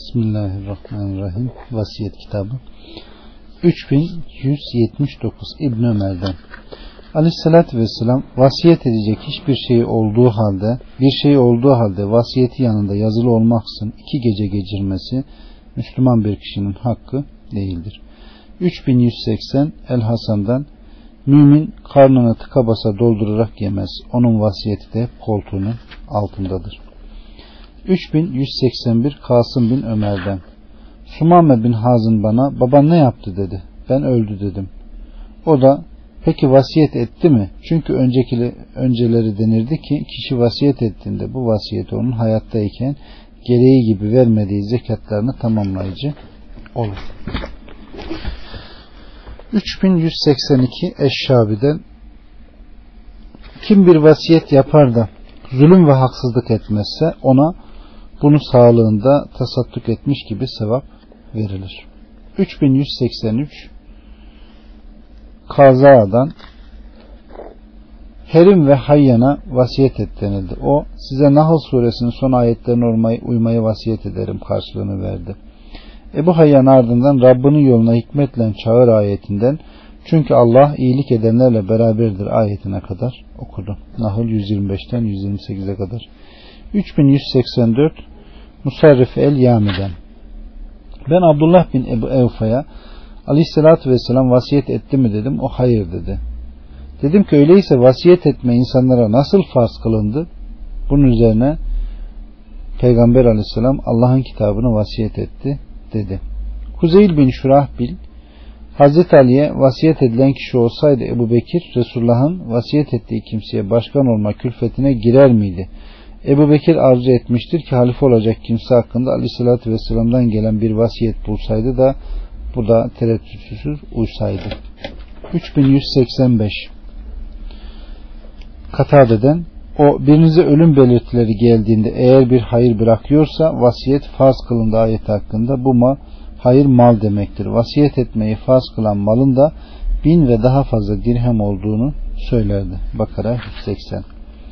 Bismillahirrahmanirrahim. Vasiyet kitabı 3179 İbn Ömer'den. Aleyhissalatü vesselam vasiyet edecek hiçbir şey olduğu halde vasiyeti yanında yazılı olmaksızın 2 gece geçirmesi Müslüman bir kişinin hakkı değildir. 3180 El Hasan'dan, mümin karnını tıka basa doldurarak yemez. Onun vasiyeti de koltuğunun altındadır. 3181 Kasım bin Ömer'den. Sumame bin Hazın bana, baban ne yaptı dedi. Ben öldü dedim. O da, peki vasiyet etti mi? Çünkü önceleri denirdi ki kişi vasiyet ettiğinde bu vasiyeti onun hayattayken gereği gibi vermediği zekatlarını tamamlayıcı olur. 3182 Eşşabi'den, kim bir vasiyet yapar da zulüm ve haksızlık etmezse ona bunu sağlığında tasadduk etmiş gibi sevap verilir. 3183 Kaza'dan, Herim ve Hayyan'a vasiyet et denildi. O, size Nahl suresinin son ayetlerine uymayı vasiyet ederim karşılığını verdi. Ebu Hayyan ardından Rabbinin yoluna hikmetle çağır ayetinden, çünkü Allah iyilik edenlerle beraberdir ayetine kadar okudu. Nahl 125'ten 128'e kadar. 3184 Musarrif el-Yami'den, ben Abdullah bin Ebu Evfa'ya Aleyhisselatü Vesselam vasiyet etti mi dedim. O hayır dedi. Dedim ki öyleyse vasiyet etme insanlara nasıl farz kılındı? Bunun üzerine Peygamber Aleyhisselam Allah'ın kitabını vasiyet etti dedi. Huzeyl bin Şurahbil, Hazreti Ali'ye vasiyet edilen kişi olsaydı Ebu Bekir, Resulullah'ın vasiyet ettiği kimseye başkan olma külfetine girer miydi? Ebu Bekir arzu etmiştir ki halife olacak kimse hakkında Aleyhisselatü Vesselam'dan gelen bir vasiyet bulsaydı da bu da tereddütsüz uysaydı. 3185 Katade'den, o birinize ölüm belirtileri geldiğinde eğer bir hayır bırakıyorsa vasiyet farz kılındı ayeti hakkında bu hayır mal demektir. Vasiyet etmeyi farz kılan malın da 1000 ve daha fazla dirhem olduğunu söylerdi. Bakara 180.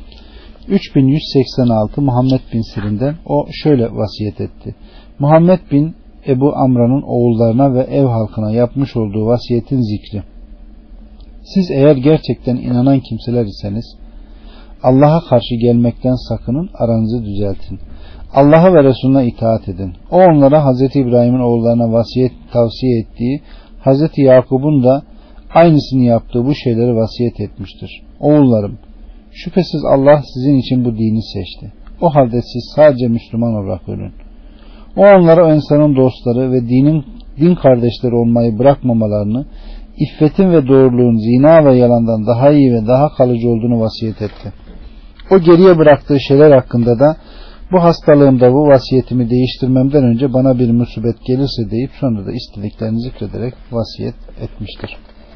3186 Muhammed bin Sirin'den, o şöyle vasiyet etti. Muhammed bin Ebu Amra'nın oğullarına ve ev halkına yapmış olduğu vasiyetin zikri. Siz eğer gerçekten inanan kimseler iseniz Allah'a karşı gelmekten sakının, aranızı düzeltin. Allah'a ve Resulüne itaat edin. O onlara Hazreti İbrahim'in oğullarına vasiyet tavsiye ettiği, Hazreti Yakub'un da aynısını yaptığı bu şeyleri vasiyet etmiştir. Oğullarım, şüphesiz Allah sizin için bu dini seçti. O halde siz sadece Müslüman olarak ölün. O onlara o insanın dostları ve din kardeşleri olmayı bırakmamalarını, iffetin ve doğruluğun zina ve yalandan daha iyi ve daha kalıcı olduğunu vasiyet etti. O geriye bıraktığı şeyler hakkında da bu hastalığımda bu vasiyetimi değiştirmemden önce bana bir musibet gelirse deyip sonra da istediklerini zikrederek vasiyet etmiştir.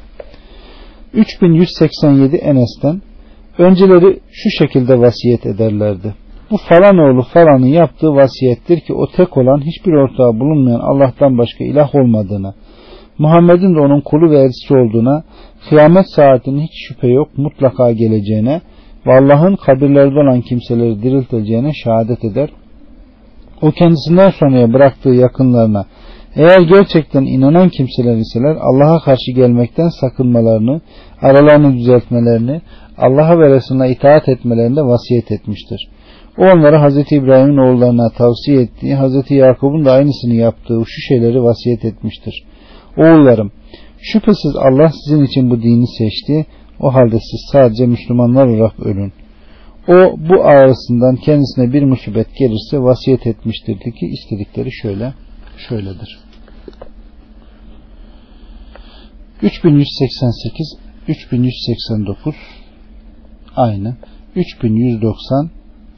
3187 Enes'ten, önceleri şu şekilde vasiyet ederlerdi. Bu falan oğlu falanın yaptığı vasiyettir ki o tek olan, hiçbir ortağı bulunmayan Allah'tan başka ilah olmadığına, Muhammed'in de onun kulu ve elçisi olduğuna, kıyamet saatinin hiç şüphe yok mutlaka geleceğine ve Allah'ın kabirlerde olan kimseleri dirilteceğine şehadet eder. O kendisinden sonraya bıraktığı yakınlarına, eğer gerçekten inanan kimseler iseler Allah'a karşı gelmekten sakınmalarını, aralarını düzeltmelerini, Allah'a ve Resulüne itaat etmelerinde vasiyet etmiştir. O onlara Hazreti İbrahim'in oğullarına tavsiye ettiği, Hazreti Yakub'un da aynısını yaptığı şu şeyleri vasiyet etmiştir. Oğullarım, şüphesiz Allah sizin için bu dini seçti. O halde siz sadece Müslümanlar olarak ölün. O bu arasından kendisine bir musibet gelirse vasiyet etmiştir ki istedikleri şöyledir. 3188 3189 aynı. 3190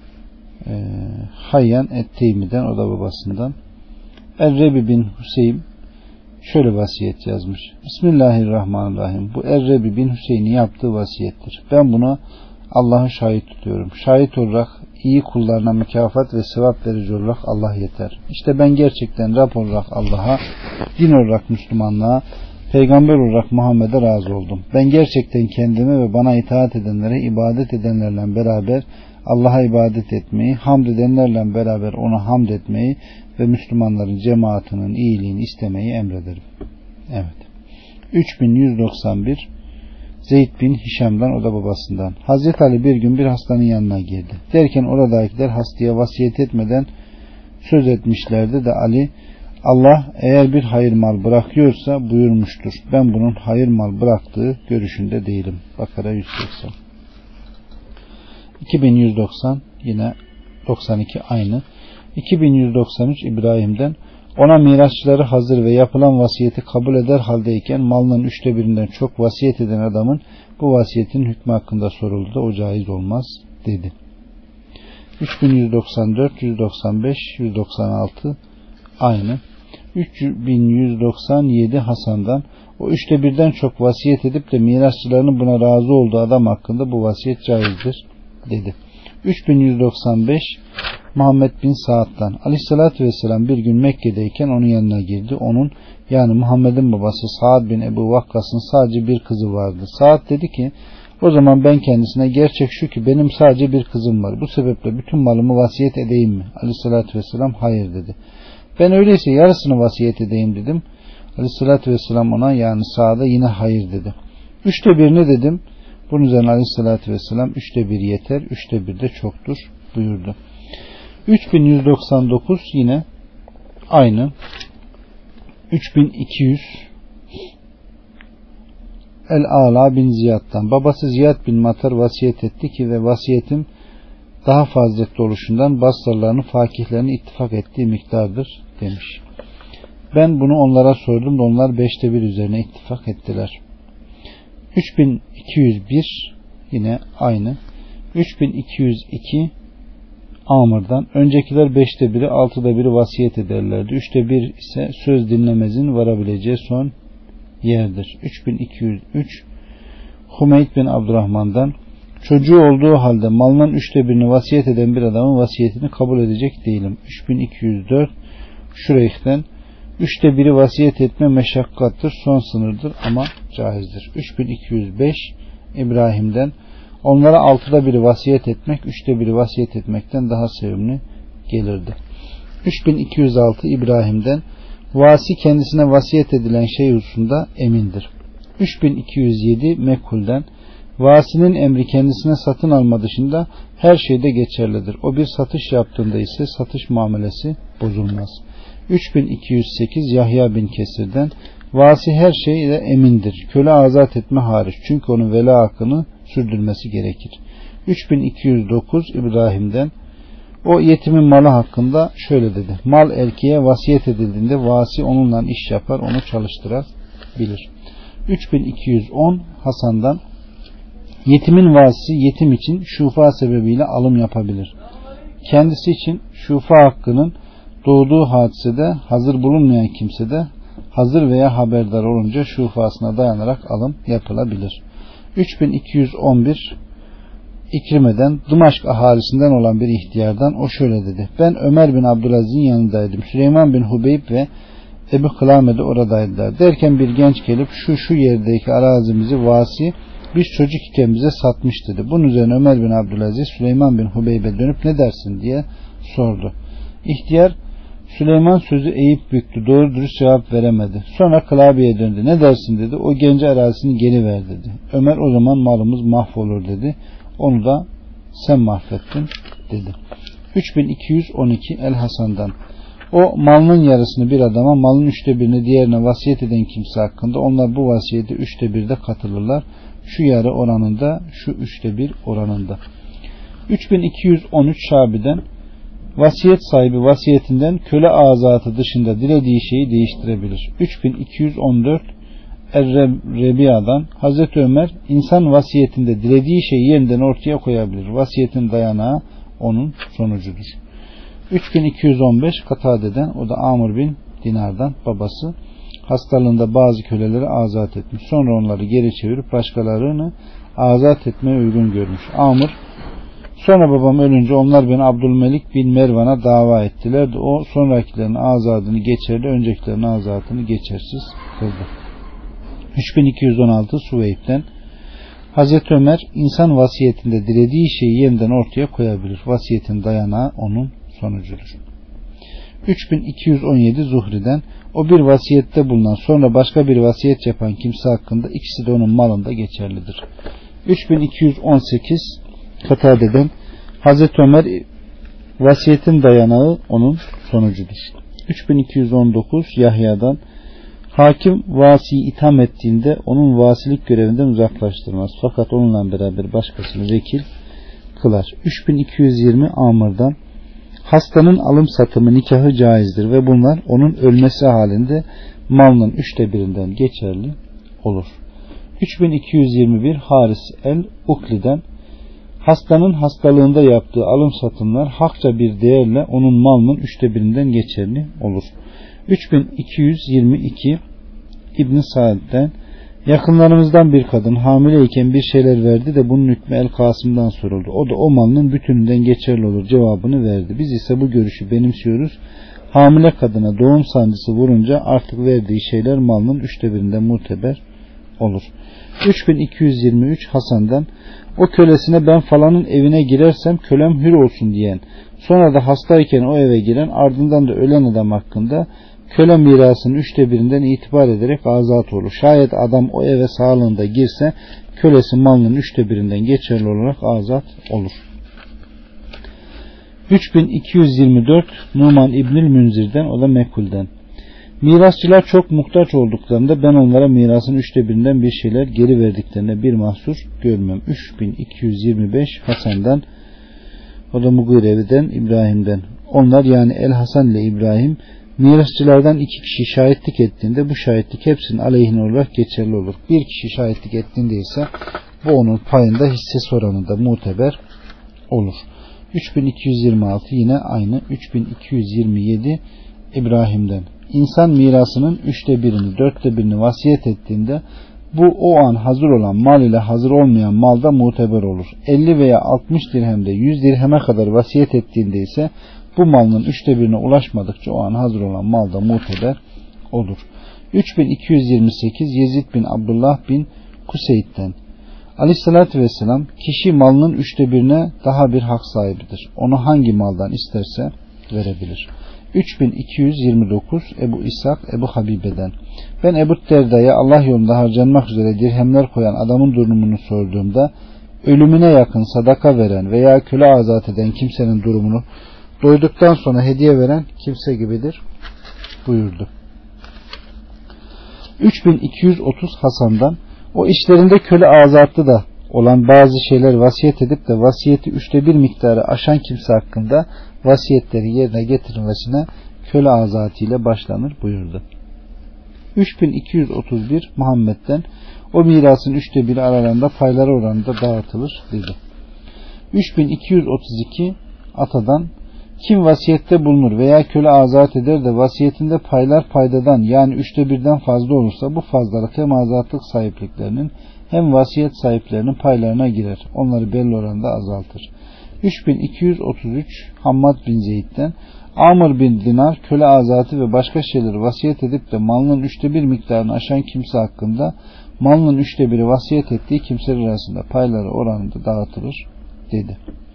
Hayyan et-Teymi'den, o da babasından. Errebi bin Hüseyin şöyle vasiyet yazmış. Bismillahirrahmanirrahim. Bu Errebi bin Hüseyin'in yaptığı vasiyettir. Ben buna Allah'ı şahit tutuyorum. Şahit olarak iyi kullarına mükafat ve sevap verici olarak Allah yeter. İşte ben gerçekten Rab olarak Allah'a, din olarak Müslümanlığa, peygamber olarak Muhammed'e razı oldum. Ben gerçekten kendime ve bana itaat edenlere, ibadet edenlerle beraber Allah'a ibadet etmeyi, hamd edenlerle beraber ona hamd etmeyi ve Müslümanların cemaatinin iyiliğini istemeyi emrederim. Evet. 3191 Zeyd bin Hişam'dan, o da babasından. Hazreti Ali bir gün bir hastanın yanına girdi. Derken oradakiler hastaya vasiyet etmeden söz etmişlerdi de Ali, Allah eğer bir hayır mal bırakıyorsa buyurmuştur. Ben bunun hayır mal bıraktığı görüşünde değilim. Bakara 180. 2190 yine 92 aynı. 2193 İbrahim'den, ona mirasçıları hazır ve yapılan vasiyeti kabul eder haldeyken malının 1/3'ünden çok vasiyet eden adamın bu vasiyetin hükmü hakkında soruldu da o caiz olmaz dedi. 3194, 195, 196 aynı. 3197 Hasan'dan, o 1/3'den çok vasiyet edip de mirasçılarının buna razı olduğu adam hakkında bu vasiyet caizdir dedi. 3195 Muhammed bin Saad'dan, Aleyhisselatü Vesselam bir gün Mekke'deyken onun yanına girdi. Onun, yani Muhammed'in babası Saad bin Ebu Vakkas'ın sadece bir kızı vardı. Saad dedi ki, o zaman ben kendisine, gerçek şu ki benim sadece bir kızım var. Bu sebeple bütün malımı vasiyet edeyim mi? Aleyhisselatü Vesselam hayır dedi. Ben öyleyse yarısını vasiyet edeyim dedim. Aleyhisselatü Vesselam ona, yani Saad'a yine hayır dedi. 1/3 ne dedim? Bunun üzerine Aleyhisselatü Vesselam 1/3 yeter, 1/3 de çoktur buyurdu. 3199 yine aynı. 3200 El-Ala bin Ziyad'dan, babası Ziyad bin Matar vasiyet etti ki ve vasiyetim daha faziletli oluşundan baslarlarını, fakihlerini ittifak ettiği miktardır demiş. Ben bunu onlara sordum da onlar 1/5 üzerine ittifak ettiler. 3201 yine aynı. 3202 Amr'dan, öncekiler 1/5'i 1/6 vasiyet ederlerdi. 1/3 ise söz dinlemezin varabileceği son yerdir. 3203 Hümeyd bin Abdurrahman'dan, çocuğu olduğu halde malının 1/3'ünü vasiyet eden bir adamın vasiyetini kabul edecek değilim. 3204 Şureyh'ten, 1/3 vasiyet etme meşakkattır, son sınırdır ama caizdir. 3205 İbrahim'den, onlara 1/6 vasiyet etmek 1/3 vasiyet etmekten daha sevimli gelirdi. 3206 İbrahim'den, vasi kendisine vasiyet edilen şey hususunda emindir. 3207 Mekhul'den, vasinin emri kendisine satın alma dışında her şeyde geçerlidir. O bir satış yaptığında ise satış muamelesi bozulmaz. 3208 Yahya bin Kesir'den, vasi her şeyde emindir, köle azat etme hariç, çünkü onun vela hakkını sürdürmesi gerekir. 3209 İbrahim'den, o yetimin malı hakkında şöyle dedi: mal erkeğe vasiyet edildiğinde vasi onunla iş yapar, onu çalıştırabilir. 3210 Hasan'dan, yetimin vasisi yetim için şufa sebebiyle alım yapabilir. Kendisi için şufa hakkının doğduğu hadisede hazır bulunmayan kimse de hazır veya haberdar olunca şufasına dayanarak alım yapılabilir. 3211 İkrime'den, Dımaşk ahalisinden olan bir ihtiyardan, o şöyle dedi: ben Ömer bin Abdülaziz'in yanındaydım. Süleyman bin Hubeyb ve Ebu Kılame de oradaydılar. Derken bir genç gelip şu yerdeki arazimizi vasi biz çocuk iken bize satmış dedi. Bunun üzerine Ömer bin Abdülaziz Süleyman bin Hubeyb'e dönüp ne dersin diye sordu. İhtiyar, Süleyman sözü eğip büktü, doğru dürüst cevap veremedi. Sonra Kılabe'ye döndü. Ne dersin dedi. O gence arazisini geri ver dedi. Ömer, o zaman malımız mahvolur dedi. Onu da sen mahvettin dedi. 3212 El Hasan'dan, o malının yarısını bir adama, malın 1/3'ünü diğerine vasiyet eden kimse hakkında onlar bu vasiyeti 1/3'de katılırlar. Şu yarı oranında, şu 1/3 oranında. 3213 Şabi'den, vasiyet sahibi vasiyetinden köle azatı dışında dilediği şeyi değiştirebilir. 3214 Er-Rebiya'dan, Hazreti Ömer, insan vasiyetinde dilediği şeyi yeniden ortaya koyabilir. Vasiyetin dayanağı onun sonucudur. 3215 Katade'den, o da Amr bin Dinar'dan, babası hastalığında bazı köleleri azat etmiş. Sonra onları geri çevirip başkalarını azat etmeye uygun görmüş. Amr, sonra babam ölünce onlar beni Abdülmelik bin Mervan'a dava ettiler de o sonrakilerin azadını geçerli, öncekilerin azatını geçersiz kıldı. 3216 Süveyb'den, Hazreti Ömer, insan vasiyetinde dilediği şeyi yeniden ortaya koyabilir. Vasiyetin dayanağı onun sonucudur. 3217 Zuhri'den, o bir vasiyette bulunan sonra başka bir vasiyet yapan kimse hakkında ikisi de onun malında geçerlidir. 3218 Katade'den, Hazreti Ömer, vasiyetin dayanağı onun sonucudur. 3219 Yahya'dan, hakim vasiyi itham ettiğinde onun vasilik görevinden uzaklaştırmaz. Fakat onunla beraber başkasını vekil kılar. 3220 Amr'dan, hastanın alım satımı nikahı caizdir ve bunlar onun ölmesi halinde malının 1/3'ünden geçerli olur. 3221 Haris el-Ukli'den, hastanın hastalığında yaptığı alım satımlar hakça bir değerle onun malının 1/3'ünden geçerli olur. 3222 İbn Sa'd'den, yakınlarımızdan bir kadın hamileyken bir şeyler verdi de bunun hükmü El-Kasım'dan soruldu. O da o malının bütününden geçerli olur cevabını verdi. Biz ise bu görüşü benimsiyoruz. Hamile kadına doğum sancısı vurunca artık verdiği şeyler malının 1/3'ünden muteber olur. 3223 Hasan'dan, o kölesine ben falanın evine girersem kölem hür olsun diyen, sonra da hastayken o eve giren, ardından da ölen adam hakkında köle mirasının 1/3'ünden itibar ederek azat olur. Şayet adam o eve sağlığında girse kölesi malının 1/3'ünden geçerli olarak azat olur. 3224 Numan İbnül Münzir'den, o da Mekul'den, mirasçılar çok muhtaç olduklarında ben onlara mirasın 1/3'ünden bir şeyler geri verdiklerine bir mahsur görmem. 3225 Hasan'dan, o da Mugire'den İbrahim'den, onlar yani El Hasan ile İbrahim mirasçılardan 2 kişi şahitlik ettiğinde bu şahitlik hepsinin aleyhine olarak geçerli olur. Bir kişi şahitlik ettiğinde ise bu onun payında hissesi oranında muteber olur. 3226 yine aynı. 3227 İbrahim'den, İnsan mirasının 1/3'ünü 4/1'ini vasiyet ettiğinde bu o an hazır olan mal ile hazır olmayan malda muteber olur. 50 veya 60 dirhemde 100 dirheme kadar vasiyet ettiğinde ise bu malının 1/3'üne ulaşmadıkça o an hazır olan malda muteber olur. 3228 Yezid bin Abdullah bin Kuseyd'den, Aleyhissalatü vesselam, kişi malının 1/3'üne daha bir hak sahibidir. Onu hangi maldan isterse verebilir. 3229 Ebu İshak Ebu Habibe'den, ben Ebu Derda'ya Allah yolunda harcanmak üzere dirhemler koyan adamın durumunu sorduğumda ölümüne yakın sadaka veren veya köle azat eden kimsenin durumunu doyduktan sonra hediye veren kimse gibidir buyurdu. 3230 Hasan'dan, o işlerinde köle azatlı da olan bazı şeyler vasiyet edip de vasiyeti 1/3 miktarı aşan kimse hakkında vasiyetleri yerine getirilmesine köle azatı ile başlanır buyurdu. 3231 Muhammed'den, o mirasın 1/3 aralarında payları oranında dağıtılır dedi. 3232 Atadan, kim vasiyette bulunur veya köle azat eder de vasiyetinde paylar paydadan yani 1/3'den fazla olursa bu fazlalık hem azatlık sahipliklerinin hem vasiyet sahiplerinin paylarına girer. Onları belli oranda azaltır. 3233 Hammad bin Zeyd'den, Amr bin Dinar köle azatı ve başka şeyleri vasiyet edip de malının 1/3 miktarını aşan kimse hakkında malının 1/3'i vasiyet ettiği kimseler arasında payları oranında dağıtılır dedi.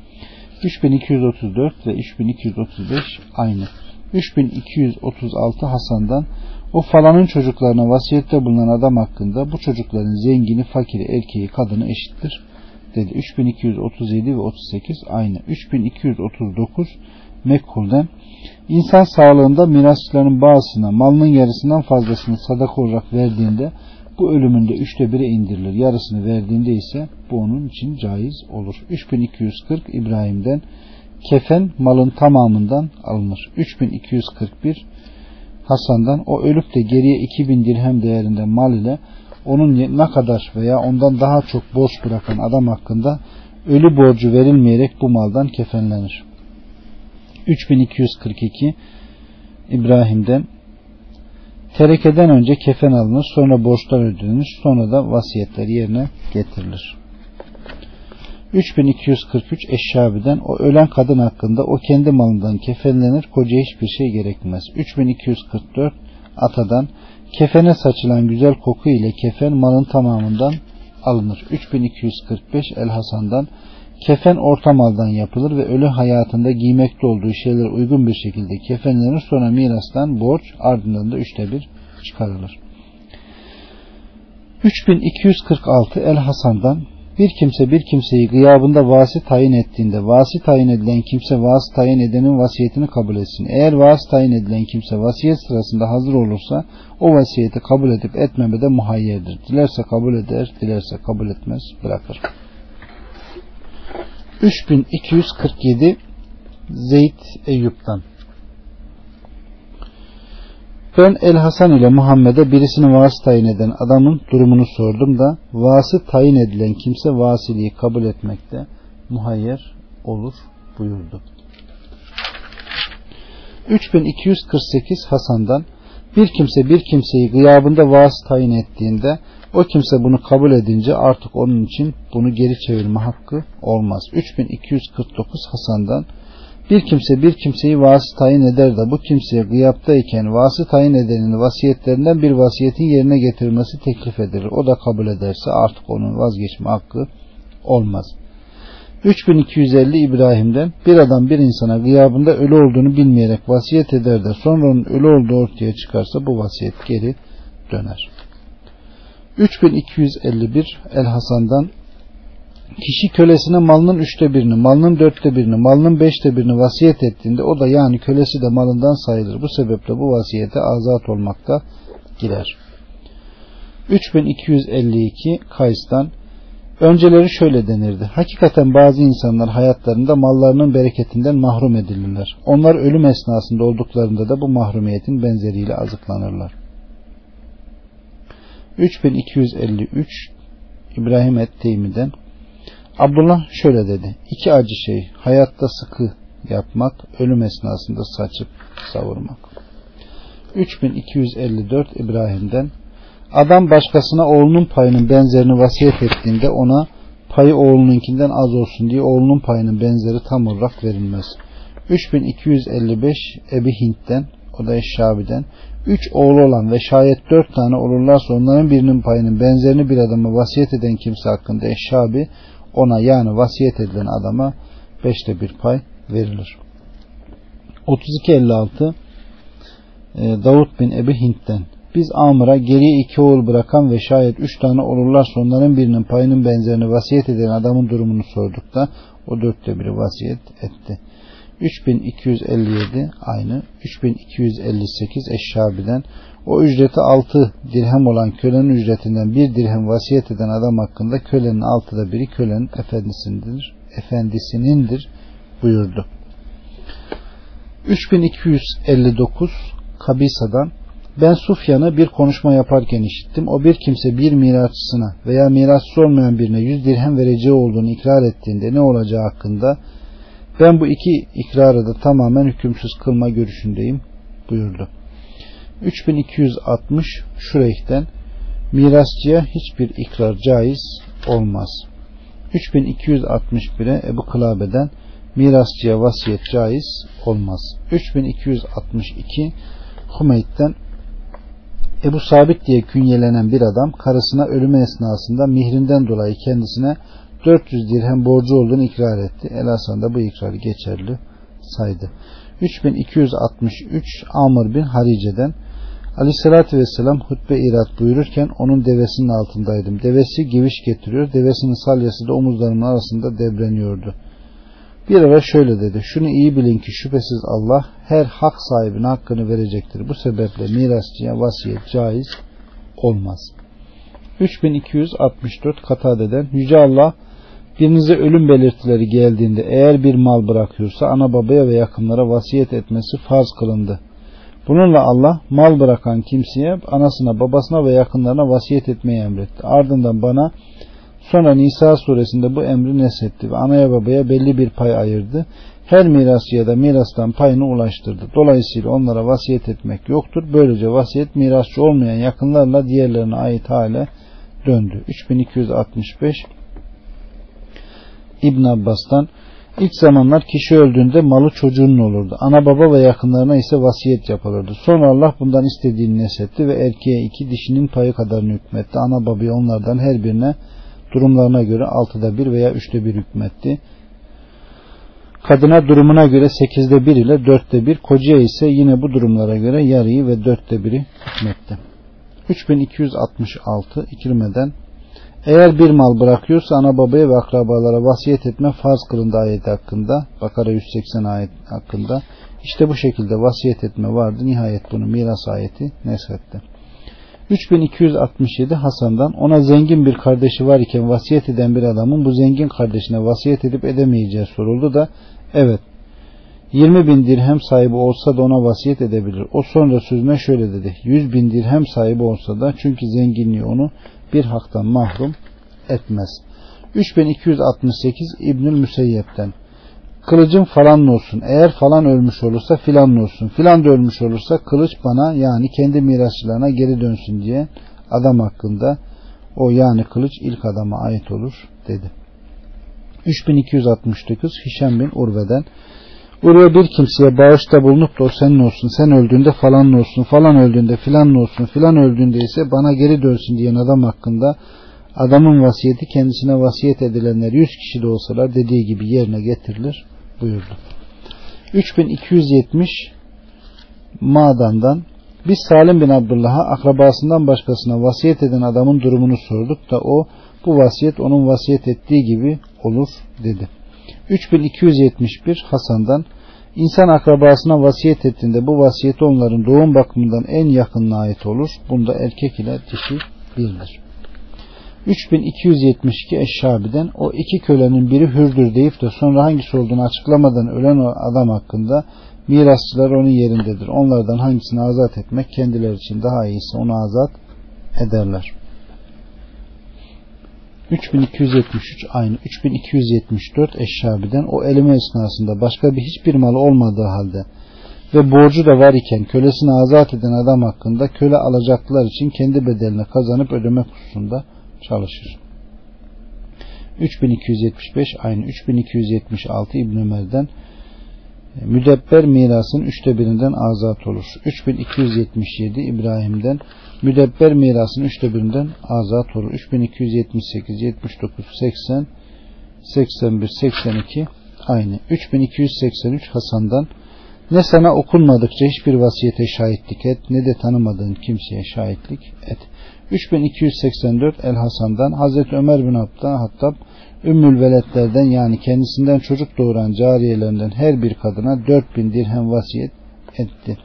3234 ve 3235 aynı. 3236 Hasan'dan, o falanın çocuklarına vasiyette bulunan adam hakkında bu çocukların zengini, fakiri, erkeği, kadını eşittir dedi. 3237 ve 38 aynı. 3239 Mekkul'den, insan sağlığında mirasçıların bazısına malının yarısından fazlasını sadaka olarak verdiğinde bu ölümünde 1/3'e indirilir. Yarısını verdiğinde ise bu onun için caiz olur. 3240 İbrahim'den, kefen malın tamamından alınır. 3241 Hasan'dan, o ölüp de geriye 2000 dirhem değerinde mal ile onun ne kadar veya ondan daha çok borç bırakan adam hakkında ölü borcu verilmeyerek bu maldan kefenlenir. 3242 İbrahim'den, terekeden önce kefen alınır, sonra borçlar ödenir, sonra da vasiyetler yerine getirilir. 3243 Eşşabi'den, o ölen kadın hakkında o kendi malından kefenlenir, koca hiçbir şey gerekmez. 3244 Atadan, kefene saçılan güzel koku ile kefen malın tamamından alınır. 3245 El Hasan'dan kefen orta maldan yapılır ve ölü hayatında giymekte olduğu şeyler uygun bir şekilde kefenlenir, sonra mirastan borç, ardından da 1/3 çıkarılır. 3246 El Hasan'dan bir kimse bir kimseyi gıyabında vasi tayin ettiğinde vasi tayin edilen kimse vasi tayin edenin vasiyetini kabul etsin. Eğer vasi tayin edilen kimse vasiyet sırasında hazır olursa o vasiyeti kabul edip etmemede muhayyerdir. Dilerse kabul eder, dilerse kabul etmez, bırakır. 3247 Zeyd Eyyub'dan ben El Hasan ile Muhammed'e birisini vasi tayin eden adamın durumunu sordum da vasi tayin edilen kimse vasiliği kabul etmekte muhayyer olur buyurdu. 3248 Hasan'dan bir kimse bir kimseyi gıyabında vasi tayin ettiğinde o kimse bunu kabul edince artık onun için bunu geri çevirme hakkı olmaz. 3249 Hasan'dan bir kimse bir kimseyi vasi tayin eder de bu kimseye gıyaptayken vasi tayin edenin vasiyetlerinden bir vasiyetin yerine getirilmesi teklif edilir. O da kabul ederse artık onun vazgeçme hakkı olmaz. 3250 İbrahim'den bir adam bir insana gıyabında ölü olduğunu bilmeyerek vasiyet eder de sonra onun ölü olduğu ortaya çıkarsa bu vasiyet geri döner. 3251 El Hasan'dan kişi kölesine malının 1/3'ünü, malının 4/1'ini, malının 5/1'ini vasiyet ettiğinde o da yani kölesi de malından sayılır. Bu sebeple bu vasiyete azat olmakta girer. 3252 Kays'tan önceleri şöyle denirdi. Hakikaten bazı insanlar hayatlarında mallarının bereketinden mahrum edilirler. Onlar ölüm esnasında olduklarında da bu mahrumiyetin benzeriyle azıklanırlar. 3253 İbrahim et-Teymi'den Abdullah şöyle dedi. İki acı şey hayatta sıkı yapmak, ölüm esnasında saçıp savurmak. 3254 İbrahim'den adam başkasına oğlunun payının benzerini vasiyet ettiğinde ona payı oğlununkinden az olsun diye oğlunun payının benzeri tam olarak verilmez. 3255 Ebi Hint'ten, o da Eşşabi'den 3 oğlu olan ve şayet 4 tane olurlarsa onların birinin payının benzerini bir adama vasiyet eden kimse hakkında Eşşabi ona yani vasiyet edilen adama 1/5 pay verilir. 3256 Davud bin Ebi Hint'ten biz Amr'a geriye 2 oğul bırakan ve şayet 3 tane olurlarsa onların birinin payının benzerini vasiyet eden adamın durumunu sorduk da o 1/4'ü vasiyet etti. 3257 aynı. 3258 Eşşabi'den o ücreti 6 dirhem olan kölenin ücretinden 1 dirhem vasiyet eden adam hakkında kölenin 1/6'ı kölenin efendisinindir buyurdu. 3259 Kabisa'dan ben Sufyan'ı bir konuşma yaparken işittim. O bir kimse bir mirasçısına veya mirasçısı olmayan birine 100 dirhem vereceği olduğunu ikrar ettiğinde ne olacağı hakkında ben bu iki ikrarı da tamamen hükümsüz kılma görüşündeyim buyurdu. 3260 Şureyh'ten mirasçıya hiçbir ikrar caiz olmaz. 3261'e Ebu Kılabe'den mirasçıya vasiyet caiz olmaz. 3262 Hümeyd'den Ebu Sabit diye künyelenen bir adam karısına ölümü esnasında mihrinden dolayı kendisine 400 dirhem borcu olduğunu ikrar etti. El Hasan da bu ikrarı geçerli saydı. 3263 Amr bin Harice'den Aleyhisselatü Vesselam hutbe irat buyururken onun devesinin altındaydım. Devesi geviş getiriyor. Devesinin salyası da omuzlarımın arasında debreniyordu. Bir ara şöyle dedi. Şunu iyi bilin ki şüphesiz Allah her hak sahibine hakkını verecektir. Bu sebeple mirasçıya vasiyet caiz olmaz. 3264 Katade'den Yüce Allah birinize ölüm belirtileri geldiğinde eğer bir mal bırakıyorsa ana babaya ve yakınlara vasiyet etmesi farz kılındı. Bununla Allah mal bırakan kimseye anasına babasına ve yakınlarına vasiyet etmeyi emretti. Ardından bana sonra Nisa suresinde bu emri neshetti ve anaya babaya belli bir pay ayırdı. Her mirasçıya da mirastan payını ulaştırdı. Dolayısıyla onlara vasiyet etmek yoktur. Böylece vasiyet mirasçı olmayan yakınlarla diğerlerine ait hale döndü. 3265 İbn Abbas'tan ilk zamanlar kişi öldüğünde malı çocuğunun olurdu. Ana baba ve yakınlarına ise vasiyet yapılırdı. Sonra Allah bundan istediğini neshetti ve erkeğe 2 dişinin payı kadarını hükmetti. Ana babaya onlardan her birine durumlarına göre 6'da 1 veya 3'te 1 hükmetti. Kadına durumuna göre 8'de 1 ile 4'te 1, kocaya ise yine bu durumlara göre yarıyı ve 4'te 1'i hükmetti. 3266 İkrime'den, eğer bir mal bırakıyorsa ana babaya ve akrabalara vasiyet etme farz kılındı ayeti hakkında, Bakara 180 ayet hakkında. İşte bu şekilde vasiyet etme vardı. Nihayet bunu miras ayeti neshetti. 3267 Hasan'dan, ona zengin bir kardeşi var iken vasiyet eden bir adamın bu zengin kardeşine vasiyet edip edemeyeceği soruldu da, evet, 20.000 dirhem sahibi olsa da ona vasiyet edebilir. O sonra sözüne şöyle dedi: 100.000 dirhem sahibi olsa da, çünkü zenginliği onu bir haktan mahrum etmez. 3268 İbnül Müseyyep'ten, kılıcım falan olsun, eğer falan ölmüş olursa filan olsun, filan da ölmüş olursa kılıç bana, yani kendi mirasçılarına geri dönsün diye adam hakkında, o yani kılıç ilk adama ait olur dedi. 3269 Hişam bin Urve'den, Urve bir kimseye bağışta bulunup da o senin olsun, sen öldüğünde falan olsun, falan öldüğünde filan olsun, filan öldüğünde ise bana geri dönsün diyen adam hakkında, adamın vasiyeti kendisine vasiyet edilenler 100 kişi de olsalar dediği gibi yerine getirilir buyurdu. 3270 Madan'dan, biz Salim bin Abdullah'a akrabasından başkasına vasiyet eden adamın durumunu sorduk da o, bu vasiyet onun vasiyet ettiği gibi olur dedi. 3271 Hasan'dan, insan akrabasına vasiyet ettiğinde bu vasiyet onların doğum bakımından en yakınına ait olur. Bunda erkek ile dişi birdir. 3272 Eşşabi'den, o iki kölenin biri hürdür deyip de sonra hangisi olduğunu açıklamadan ölen o adam hakkında, mirasçılar onun yerindedir. Onlardan hangisini azat etmek kendileri için daha iyiyse onu azat ederler. 3273 aynı. 3274 Eşşabi'den, o elime esnasında başka bir hiçbir malı olmadığı halde ve borcu da var iken kölesini azat eden adam hakkında, köle alacaklılar için kendi bedelini kazanıp ödemek hususunda çalışır. 3275 aynı. 3276 İbn Ömer'den, müdebber mirasın 3'te birinden azat olur. 3277 İbrahim'den, müdebber mirasın 3'te birinden azat olur. 3278, 79, 80, 81, 82 aynı. 3283 Hasan'dan, ne sana okunmadıkça hiçbir vasiyete şahitlik et, ne de tanımadığın kimseye şahitlik et. 3284 El Hasan'dan, Hazreti Ömer bin Hattab Ümmül Veledlerden, yani kendisinden çocuk doğuran cariyelerinden her bir kadına 4000 dirhem vasiyet etti.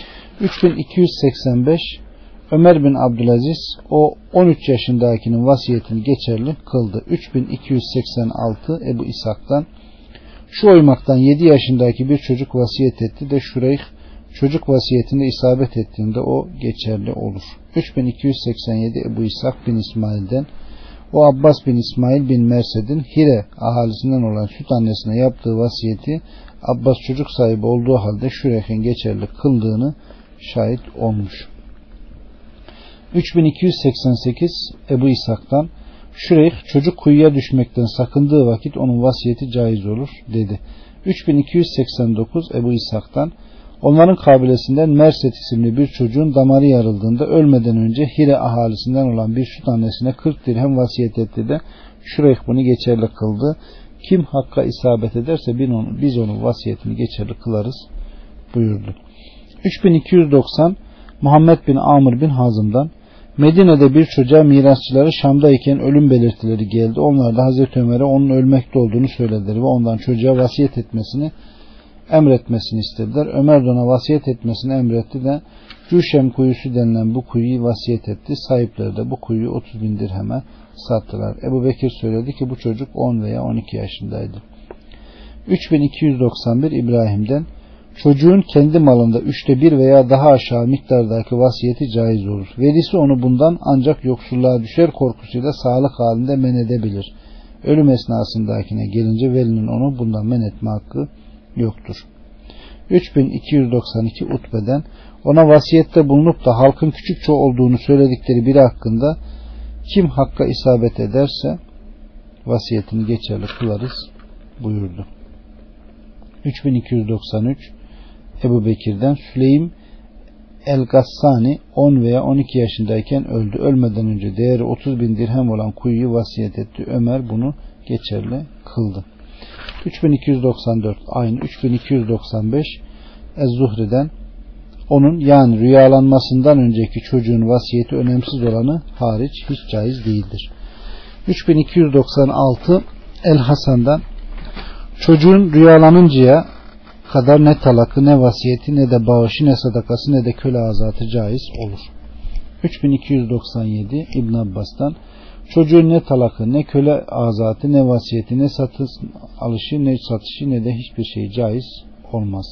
3285 Ömer bin Abdülaziz, o 13 yaşındakinin vasiyetini geçerli kıldı. 3286 Ebu İshak'tan, şu oymaktan 7 yaşındaki bir çocuk vasiyet etti de Şureyh çocuk vasiyetinde isabet ettiğinde o geçerli olur. 3287 Ebu İshak bin İsmail'den, o Abbas bin İsmail bin Mersed'in Hire ahalisinden olan süt annesine yaptığı vasiyeti Abbas çocuk sahibi olduğu halde Şureyh'in geçerli kıldığını şahit olmuş. 3288 Ebu İshak'tan, Şureyh çocuk kuyuya düşmekten sakındığı vakit onun vasiyeti caiz olur dedi. 3289 Ebu İshak'tan, onların kabilesinden Merset isimli bir çocuğun damarı yarıldığında ölmeden önce Hire ahalisinden olan bir süt annesine 40 dirhem vasiyet etti de Şureyh bunu geçerli kıldı. Kim hakka isabet ederse biz onun vasiyetini geçerli kılarız buyurdu. 3290 Muhammed bin Amr bin Hazım'dan, Medine'de bir çocuğa mirasçıları Şam'dayken ölüm belirtileri geldi. Onlar da Hazreti Ömer'e onun ölmekte olduğunu söylediler ve ondan çocuğa vasiyet etmesini emretmesini istediler. Ömer de ona vasiyet etmesini emretti de Cüşem kuyusu denilen bu kuyuyu vasiyet etti. Sahipleri de bu kuyuyu 30.000 dirheme sattılar. Ebu Bekir söyledi ki bu çocuk 10 veya 12 yaşındaydı. 3291 İbrahim'den, çocuğun kendi malında 3'te 1 veya daha aşağı miktardaki vasiyeti caiz olur. Velisi onu bundan ancak yoksulluğa düşer korkusuyla sağlık halinde men edebilir. Ölüm esnasındakine gelince velinin onu bundan men etme hakkı yoktur. 3292 Utbe'den, ona vasiyette bulunup da halkın küçükçe olduğunu söyledikleri biri hakkında kim hakka isabet ederse vasiyetini geçerli kılarız buyurdu. 3293 Ebu Bekir'den, Süleym el-Gassani 10 veya 12 yaşındayken öldü. Ölmeden önce değeri 30.000 dirhem olan kuyuyu vasiyet etti. Ömer bunu geçerli kıldı. 3294 aynı 3295 Ez-Zuhri'den onun yani rüyalanmasından önceki çocuğun vasiyeti önemsiz olanı hariç hiç caiz değildir. 3296 El-Hasan'dan çocuğun rüyalanıncaya kadar ne talakı, ne vasiyeti, ne de bağışı, ne sadakası, ne de köle azatı caiz olur. 3297 İbn Abbas'tan çocuğun ne talakı, ne köle azatı, ne vasiyeti, ne satış alışı, ne satışı, ne de hiçbir şey caiz olmaz.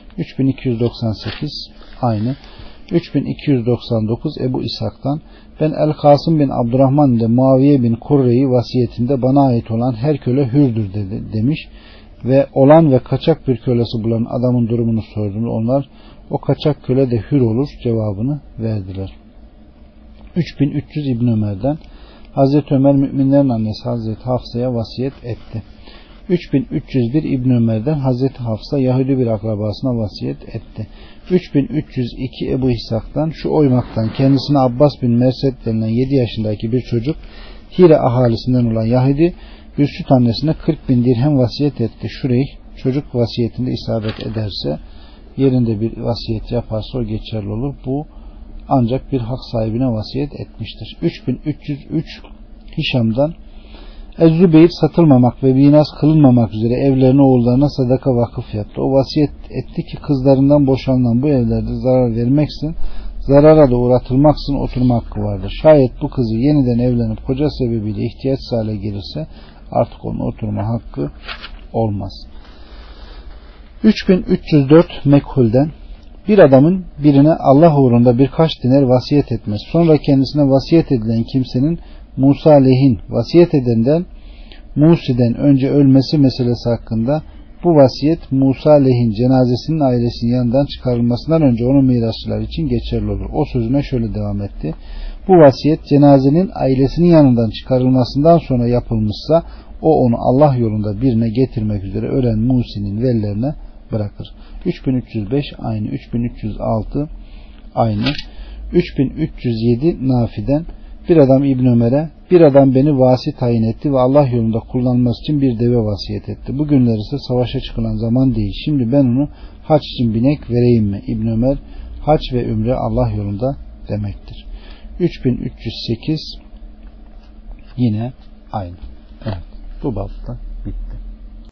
3298 aynı. 3299 Ebu İshak'tan ben El-Kasım bin Abdurrahman ile Muaviye bin Kurre'yi vasiyetinde bana ait olan her köle hürdür demiş ve olan ve kaçak bir kölesi bulan adamın durumunu sordum. Onlar o kaçak köle de hür olur cevabını verdiler. 3300 İbn Ömer'den Hazreti Ömer müminlerin annesi Hazreti Hafsa'ya vasiyet etti. 3301 İbn Ömer'den Hazreti Hafsa Yahudi bir akrabasına vasiyet etti. 3302 Ebu İshak'tan şu oymaktan kendisine Abbas bin Mersed denilen 7 yaşındaki bir çocuk Hire ahalisinden olan Yahudi bir süt annesine 40.000 dirhem vasiyet etti. Şureyh çocuk vasiyetinde isabet ederse yerinde bir vasiyet yaparsa o geçerli olur. Bu ancak bir hak sahibine vasiyet etmiştir. 3303 Hişam'dan Ez-Zübeyir satılmamak ve miras kılınmamak üzere evlerine oğullarına sadaka vakıf yaptı. O vasiyet etti ki kızlarından boşanılan bu evlerde zarar vermeksin, zarara da uğratılmaksın oturma hakkı vardır. Şayet bu kızı yeniden evlenip koca sebebiyle ihtiyaç hale gelirse artık onun oturma hakkı olmaz. 3304 Mekhul'den bir adamın birine Allah uğrunda birkaç dinar vasiyet etmesi, sonra kendisine vasiyet edilen kimsenin Musa leh'in vasiyet edenden Musi'den önce ölmesi meselesi hakkında bu vasiyet Musa leh'in cenazesinin ailesinin yanından çıkarılmasından önce onun mirasçılar için geçerli olur. O sözüne şöyle devam etti. Bu vasiyet cenazenin ailesinin yanından çıkarılmasından sonra yapılmışsa o onu Allah yolunda birine getirmek üzere ölen Musi'nin velilerine bırakır. 3305 aynı. 3306 aynı. 3307 Nafi'den bir adam İbn Ömer'e bir adam beni vasi tayin etti ve Allah yolunda kullanması için bir deve vasiyet etti. Bugünler ise savaşa çıkılan zaman değil. Şimdi ben onu hac için binek vereyim mi? İbn Ömer hac ve ümre Allah yolunda demektir. 3308 yine aynı. Evet, bu bapta bitti.